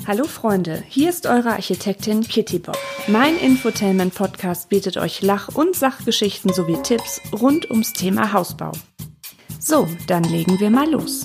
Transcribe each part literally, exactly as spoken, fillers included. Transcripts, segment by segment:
Hallo Freunde, hier ist eure Architektin Kitty Bob. Mein Infotainment-Podcast bietet euch Lach- und Sachgeschichten sowie Tipps rund ums Thema Hausbau. So, dann legen wir mal los.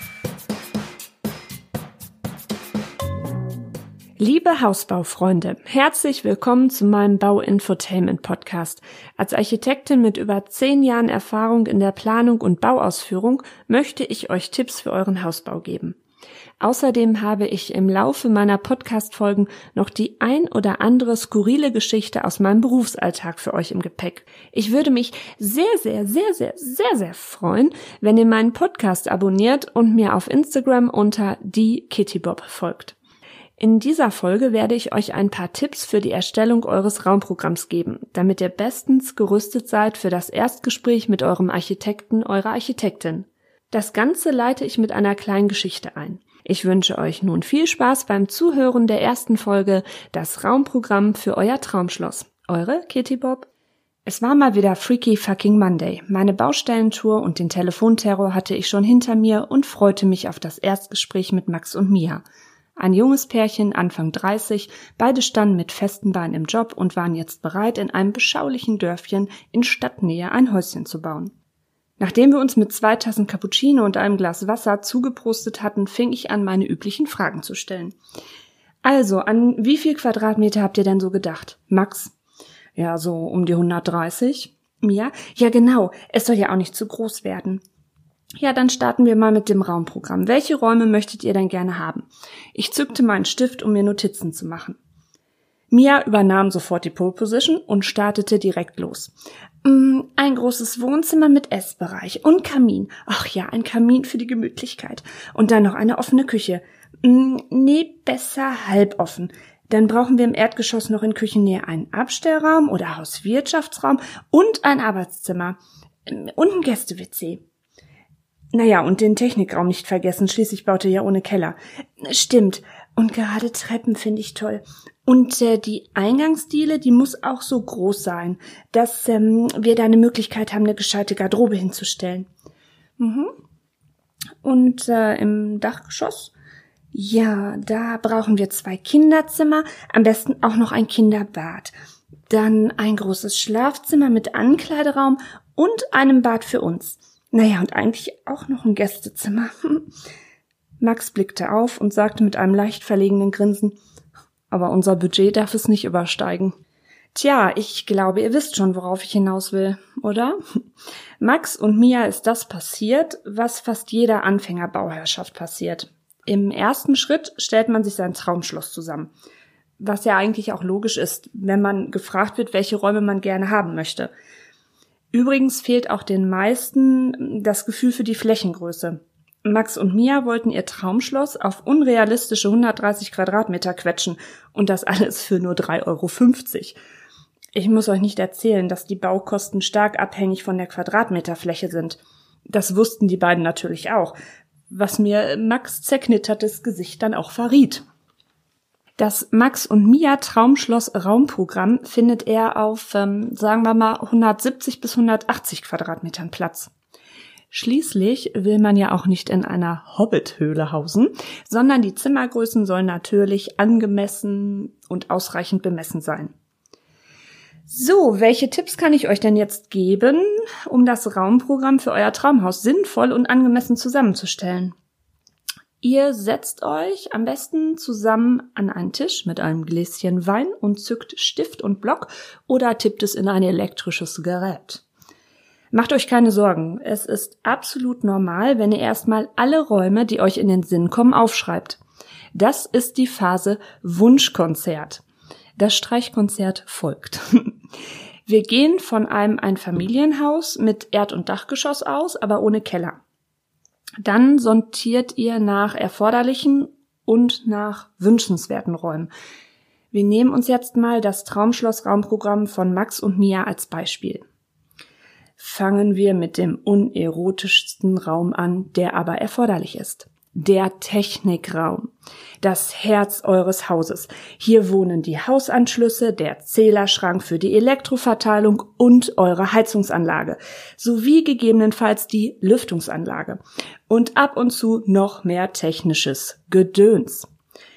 Liebe Hausbaufreunde, herzlich willkommen zu meinem Bau-Infotainment-Podcast. Als Architektin mit über zehn Jahren Erfahrung in der Planung und Bauausführung möchte ich euch Tipps für euren Hausbau geben. Außerdem habe ich im Laufe meiner Podcast-Folgen noch die ein oder andere skurrile Geschichte aus meinem Berufsalltag für euch im Gepäck. Ich würde mich sehr, sehr, sehr, sehr, sehr, sehr freuen, wenn ihr meinen Podcast abonniert und mir auf Instagram unter die Kitty Bob folgt. In dieser Folge werde ich euch ein paar Tipps für die Erstellung eures Raumprogramms geben, damit ihr bestens gerüstet seid für das Erstgespräch mit eurem Architekten, eurer Architektin. Das Ganze leite ich mit einer kleinen Geschichte ein. Ich wünsche euch nun viel Spaß beim Zuhören der ersten Folge, das Raumprogramm für euer Traumschloss. Eure Kitty Bob. Es war mal wieder Freaky Fucking Monday. Meine Baustellentour und den Telefonterror hatte ich schon hinter mir und freute mich auf das Erstgespräch mit Max und Mia. Ein junges Pärchen, Anfang dreißig, beide standen mit festen Beinen im Job und waren jetzt bereit, in einem beschaulichen Dörfchen in Stadtnähe ein Häuschen zu bauen. Nachdem wir uns mit zwei Tassen Cappuccino und einem Glas Wasser zugeprostet hatten, fing ich an, meine üblichen Fragen zu stellen. Also, an wie viel Quadratmeter habt ihr denn so gedacht? Max? Ja, so um die hundertdreißig. Mia? Ja, genau. Es soll ja auch nicht zu groß werden. Ja, dann starten wir mal mit dem Raumprogramm. Welche Räume möchtet ihr denn gerne haben? Ich zückte meinen Stift, um mir Notizen zu machen. Mia übernahm sofort die Pole Position und startete direkt los. Ein großes Wohnzimmer mit Essbereich und Kamin. Ach ja, ein Kamin für die Gemütlichkeit. Und dann noch eine offene Küche. Nee, besser halboffen. Dann brauchen wir im Erdgeschoss noch in Küchennähe einen Abstellraum oder Hauswirtschaftsraum und ein Arbeitszimmer. Und ein Gäste-W C. Naja, und den Technikraum nicht vergessen, schließlich baut ihr ja ohne Keller. Stimmt. Und gerade Treppen finde ich toll. Und äh, die Eingangsdiele, die muss auch so groß sein, dass ähm, wir da eine Möglichkeit haben, eine gescheite Garderobe hinzustellen. Mhm. Und äh, im Dachgeschoss? Ja, da brauchen wir zwei Kinderzimmer, am besten auch noch ein Kinderbad. Dann ein großes Schlafzimmer mit Ankleideraum und einem Bad für uns. Naja, und eigentlich auch noch ein Gästezimmer. Max blickte auf und sagte mit einem leicht verlegenen Grinsen, aber unser Budget darf es nicht übersteigen. Tja, ich glaube, ihr wisst schon, worauf ich hinaus will, oder? Max und Mia ist das passiert, was fast jeder Anfängerbauherrschaft passiert. Im ersten Schritt stellt man sich sein Traumschloss zusammen. Was ja eigentlich auch logisch ist, wenn man gefragt wird, welche Räume man gerne haben möchte. Übrigens fehlt auch den meisten das Gefühl für die Flächengröße. Max und Mia wollten ihr Traumschloss auf unrealistische hundertdreißig Quadratmeter quetschen und das alles für nur drei Euro fünfzig. Ich muss euch nicht erzählen, dass die Baukosten stark abhängig von der Quadratmeterfläche sind. Das wussten die beiden natürlich auch, was mir Max zerknittertes Gesicht dann auch verriet. Das Max und Mia Traumschloss Raumprogramm findet er auf, ähm, sagen wir mal, hundertsiebzig bis hundertachtzig Quadratmetern Platz. Schließlich will man ja auch nicht in einer Hobbithöhle hausen, sondern die Zimmergrößen sollen natürlich angemessen und ausreichend bemessen sein. So, welche Tipps kann ich euch denn jetzt geben, um das Raumprogramm für euer Traumhaus sinnvoll und angemessen zusammenzustellen? Ihr setzt euch am besten zusammen an einen Tisch mit einem Gläschen Wein und zückt Stift und Block oder tippt es in ein elektrisches Gerät. Macht euch keine Sorgen, es ist absolut normal, wenn ihr erstmal alle Räume, die euch in den Sinn kommen, aufschreibt. Das ist die Phase Wunschkonzert. Das Streichkonzert folgt. Wir gehen von einem Einfamilienhaus mit Erd- und Dachgeschoss aus, aber ohne Keller. Dann sortiert ihr nach erforderlichen und nach wünschenswerten Räumen. Wir nehmen uns jetzt mal das Traumschloss-Raumprogramm von Max und Mia als Beispiel. Fangen wir mit dem unerotischsten Raum an, der aber erforderlich ist. Der Technikraum. Das Herz eures Hauses. Hier wohnen die Hausanschlüsse, der Zählerschrank für die Elektroverteilung und eure Heizungsanlage. Sowie gegebenenfalls die Lüftungsanlage. Und ab und zu noch mehr technisches Gedöns.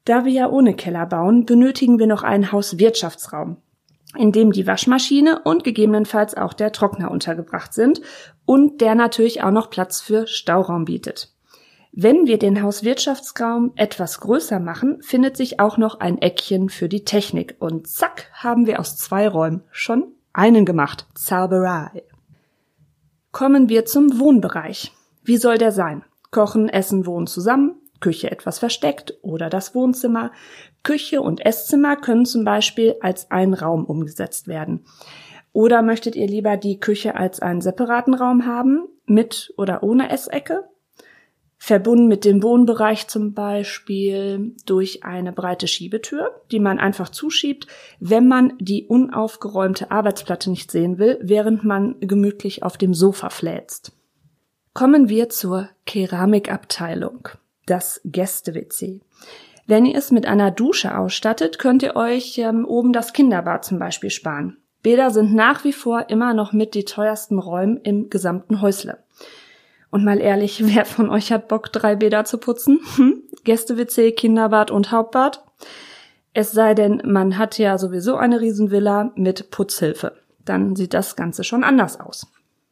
Da wir ja ohne Keller bauen, benötigen wir noch einen Hauswirtschaftsraum, in dem die Waschmaschine und gegebenenfalls auch der Trockner untergebracht sind und der natürlich auch noch Platz für Stauraum bietet. Wenn wir den Hauswirtschaftsraum etwas größer machen, findet sich auch noch ein Eckchen für die Technik und zack, haben wir aus zwei Räumen schon einen gemacht. Zauberei. Kommen wir zum Wohnbereich. Wie soll der sein? Kochen, Essen, Wohnen zusammen, Küche etwas versteckt oder das Wohnzimmer. Küche und Esszimmer können zum Beispiel als ein Raum umgesetzt werden. Oder möchtet ihr lieber die Küche als einen separaten Raum haben, mit oder ohne Essecke? Verbunden mit dem Wohnbereich zum Beispiel durch eine breite Schiebetür, die man einfach zuschiebt, wenn man die unaufgeräumte Arbeitsplatte nicht sehen will, während man gemütlich auf dem Sofa fläzt. Kommen wir zur Keramikabteilung, das Gäste-W C. Wenn ihr es mit einer Dusche ausstattet, könnt ihr euch ähm, oben das Kinderbad zum Beispiel sparen. Bäder sind nach wie vor immer noch mit die teuersten Räume im gesamten Häusle. Und mal ehrlich, wer von euch hat Bock, drei Bäder zu putzen? Hm? Gäste-W C, Kinderbad und Hauptbad? Es sei denn, man hat ja sowieso eine Riesenvilla mit Putzhilfe. Dann sieht das Ganze schon anders aus.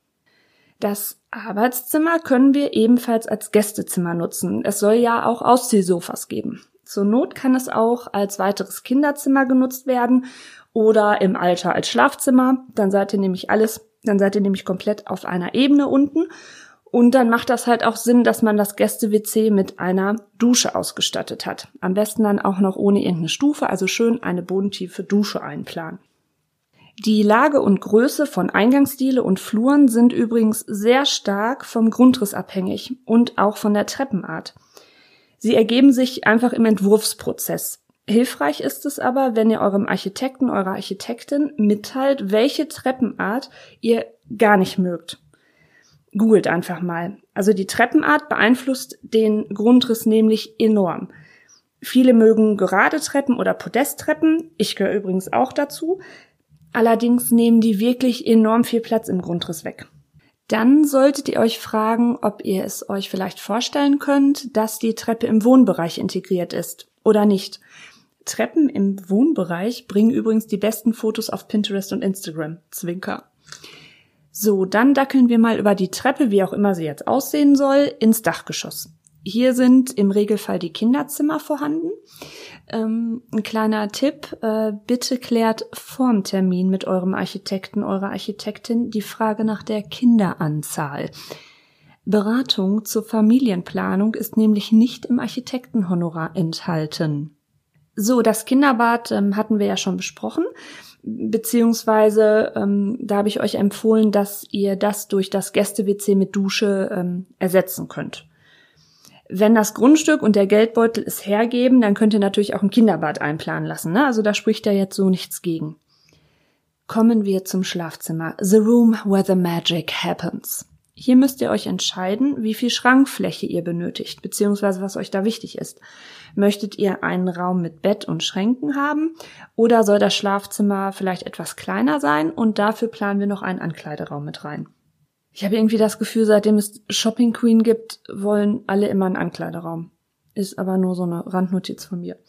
Das Arbeitszimmer können wir ebenfalls als Gästezimmer nutzen. Es soll ja auch Ausziehsofas geben. Zur Not kann es auch als weiteres Kinderzimmer genutzt werden oder im Alter als Schlafzimmer. Dann seid ihr nämlich alles, dann seid ihr nämlich komplett auf einer Ebene unten. Und dann macht das halt auch Sinn, dass man das Gäste-W C mit einer Dusche ausgestattet hat. Am besten dann auch noch ohne irgendeine Stufe, also schön eine bodentiefe Dusche einplanen. Die Lage und Größe von Eingangsdiele und Fluren sind übrigens sehr stark vom Grundriss abhängig und auch von der Treppenart. Sie ergeben sich einfach im Entwurfsprozess. Hilfreich ist es aber, wenn ihr eurem Architekten, eurer Architektin mitteilt, welche Treppenart ihr gar nicht mögt. Googelt einfach mal. Also die Treppenart beeinflusst den Grundriss nämlich enorm. Viele mögen gerade Treppen oder Podesttreppen. Ich gehöre übrigens auch dazu. Allerdings nehmen die wirklich enorm viel Platz im Grundriss weg. Dann solltet ihr euch fragen, ob ihr es euch vielleicht vorstellen könnt, dass die Treppe im Wohnbereich integriert ist oder nicht. Treppen im Wohnbereich bringen übrigens die besten Fotos auf Pinterest und Instagram. Zwinker. So, dann dackeln wir mal über die Treppe, wie auch immer sie jetzt aussehen soll, ins Dachgeschoss. Hier sind im Regelfall die Kinderzimmer vorhanden. Ähm, ein kleiner Tipp, äh, bitte klärt vorm Termin mit eurem Architekten, eurer Architektin die Frage nach der Kinderanzahl. Beratung zur Familienplanung ist nämlich nicht im Architektenhonorar enthalten. So, das Kinderbad ähm, hatten wir ja schon besprochen. Beziehungsweise ähm, da habe ich euch empfohlen, dass ihr das durch das Gäste-W C mit Dusche ähm, ersetzen könnt. Wenn das Grundstück und der Geldbeutel es hergeben, dann könnt ihr natürlich auch ein Kinderbad einplanen lassen, ne? Also da spricht ja jetzt so nichts gegen. Kommen wir zum Schlafzimmer. The room where the magic happens. Hier müsst ihr euch entscheiden, wie viel Schrankfläche ihr benötigt, beziehungsweise was euch da wichtig ist. Möchtet ihr einen Raum mit Bett und Schränken haben oder soll das Schlafzimmer vielleicht etwas kleiner sein und dafür planen wir noch einen Ankleideraum mit rein? Ich habe irgendwie das Gefühl, seitdem es Shopping Queen gibt, wollen alle immer einen Ankleideraum. Ist aber nur so eine Randnotiz von mir.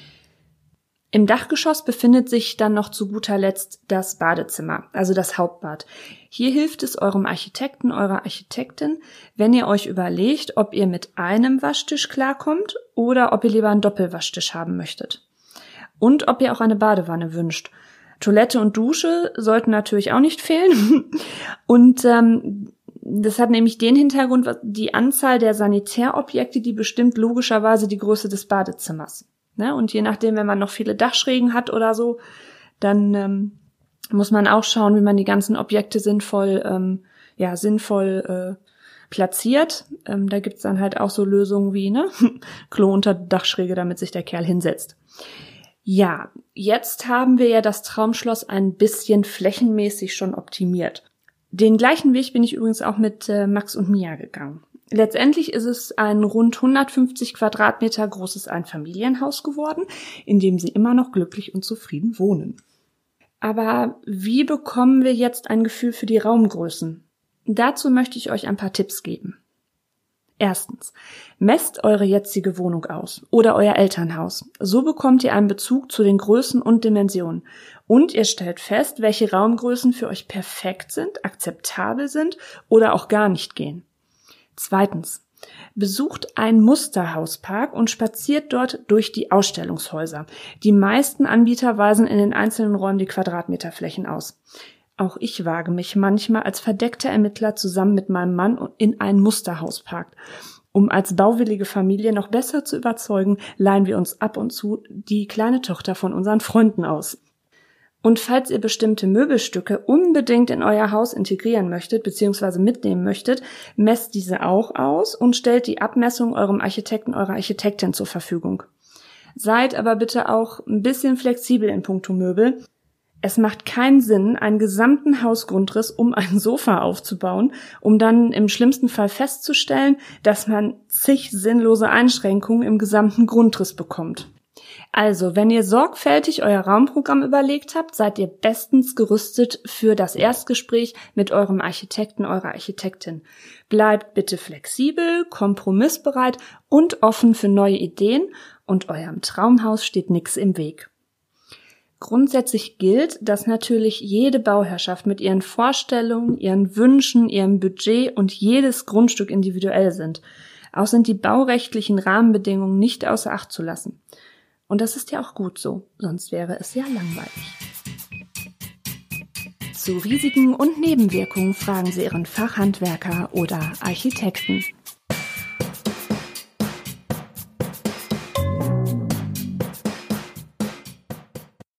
Im Dachgeschoss befindet sich dann noch zu guter Letzt das Badezimmer, also das Hauptbad. Hier hilft es eurem Architekten, eurer Architektin, wenn ihr euch überlegt, ob ihr mit einem Waschtisch klarkommt oder ob ihr lieber einen Doppelwaschtisch haben möchtet. Und ob ihr auch eine Badewanne wünscht. Toilette und Dusche sollten natürlich auch nicht fehlen. Und ähm, das hat nämlich den Hintergrund, die Anzahl der Sanitärobjekte, die bestimmt logischerweise die Größe des Badezimmers. Ne? Und je nachdem, wenn man noch viele Dachschrägen hat oder so, dann ähm, muss man auch schauen, wie man die ganzen Objekte sinnvoll, ähm, ja, sinnvoll äh, platziert. Ähm, da gibt's dann halt auch so Lösungen wie, ne, Klo unter Dachschräge, damit sich der Kerl hinsetzt. Ja, jetzt haben wir ja das Traumschloss ein bisschen flächenmäßig schon optimiert. Den gleichen Weg bin ich übrigens auch mit äh, Max und Mia gegangen. Letztendlich ist es ein rund hundertfünfzig Quadratmeter großes Einfamilienhaus geworden, in dem sie immer noch glücklich und zufrieden wohnen. Aber wie bekommen wir jetzt ein Gefühl für die Raumgrößen? Dazu möchte ich euch ein paar Tipps geben. Erstens. Messt eure jetzige Wohnung aus oder euer Elternhaus. So bekommt ihr einen Bezug zu den Größen und Dimensionen. Und ihr stellt fest, welche Raumgrößen für euch perfekt sind, akzeptabel sind oder auch gar nicht gehen. Zweitens. Besucht einen Musterhauspark und spaziert dort durch die Ausstellungshäuser. Die meisten Anbieter weisen in den einzelnen Räumen die Quadratmeterflächen aus. Auch ich wage mich manchmal als verdeckter Ermittler zusammen mit meinem Mann in einen Musterhauspark. Um als bauwillige Familie noch besser zu überzeugen, leihen wir uns ab und zu die kleine Tochter von unseren Freunden aus. Und falls ihr bestimmte Möbelstücke unbedingt in euer Haus integrieren möchtet bzw. mitnehmen möchtet, messt diese auch aus und stellt die Abmessung eurem Architekten, eurer Architektin zur Verfügung. Seid aber bitte auch ein bisschen flexibel in puncto Möbel. Es macht keinen Sinn, einen gesamten Hausgrundriss um ein Sofa aufzubauen, um dann im schlimmsten Fall festzustellen, dass man zig sinnlose Einschränkungen im gesamten Grundriss bekommt. Also, wenn ihr sorgfältig euer Raumprogramm überlegt habt, seid ihr bestens gerüstet für das Erstgespräch mit eurem Architekten, eurer Architektin. Bleibt bitte flexibel, kompromissbereit und offen für neue Ideen und eurem Traumhaus steht nichts im Weg. Grundsätzlich gilt, dass natürlich jede Bauherrschaft mit ihren Vorstellungen, ihren Wünschen, ihrem Budget und jedes Grundstück individuell sind. Auch sind die baurechtlichen Rahmenbedingungen nicht außer Acht zu lassen. Und das ist ja auch gut so, sonst wäre es ja langweilig. Zu Risiken und Nebenwirkungen fragen Sie Ihren Fachhandwerker oder Architekten.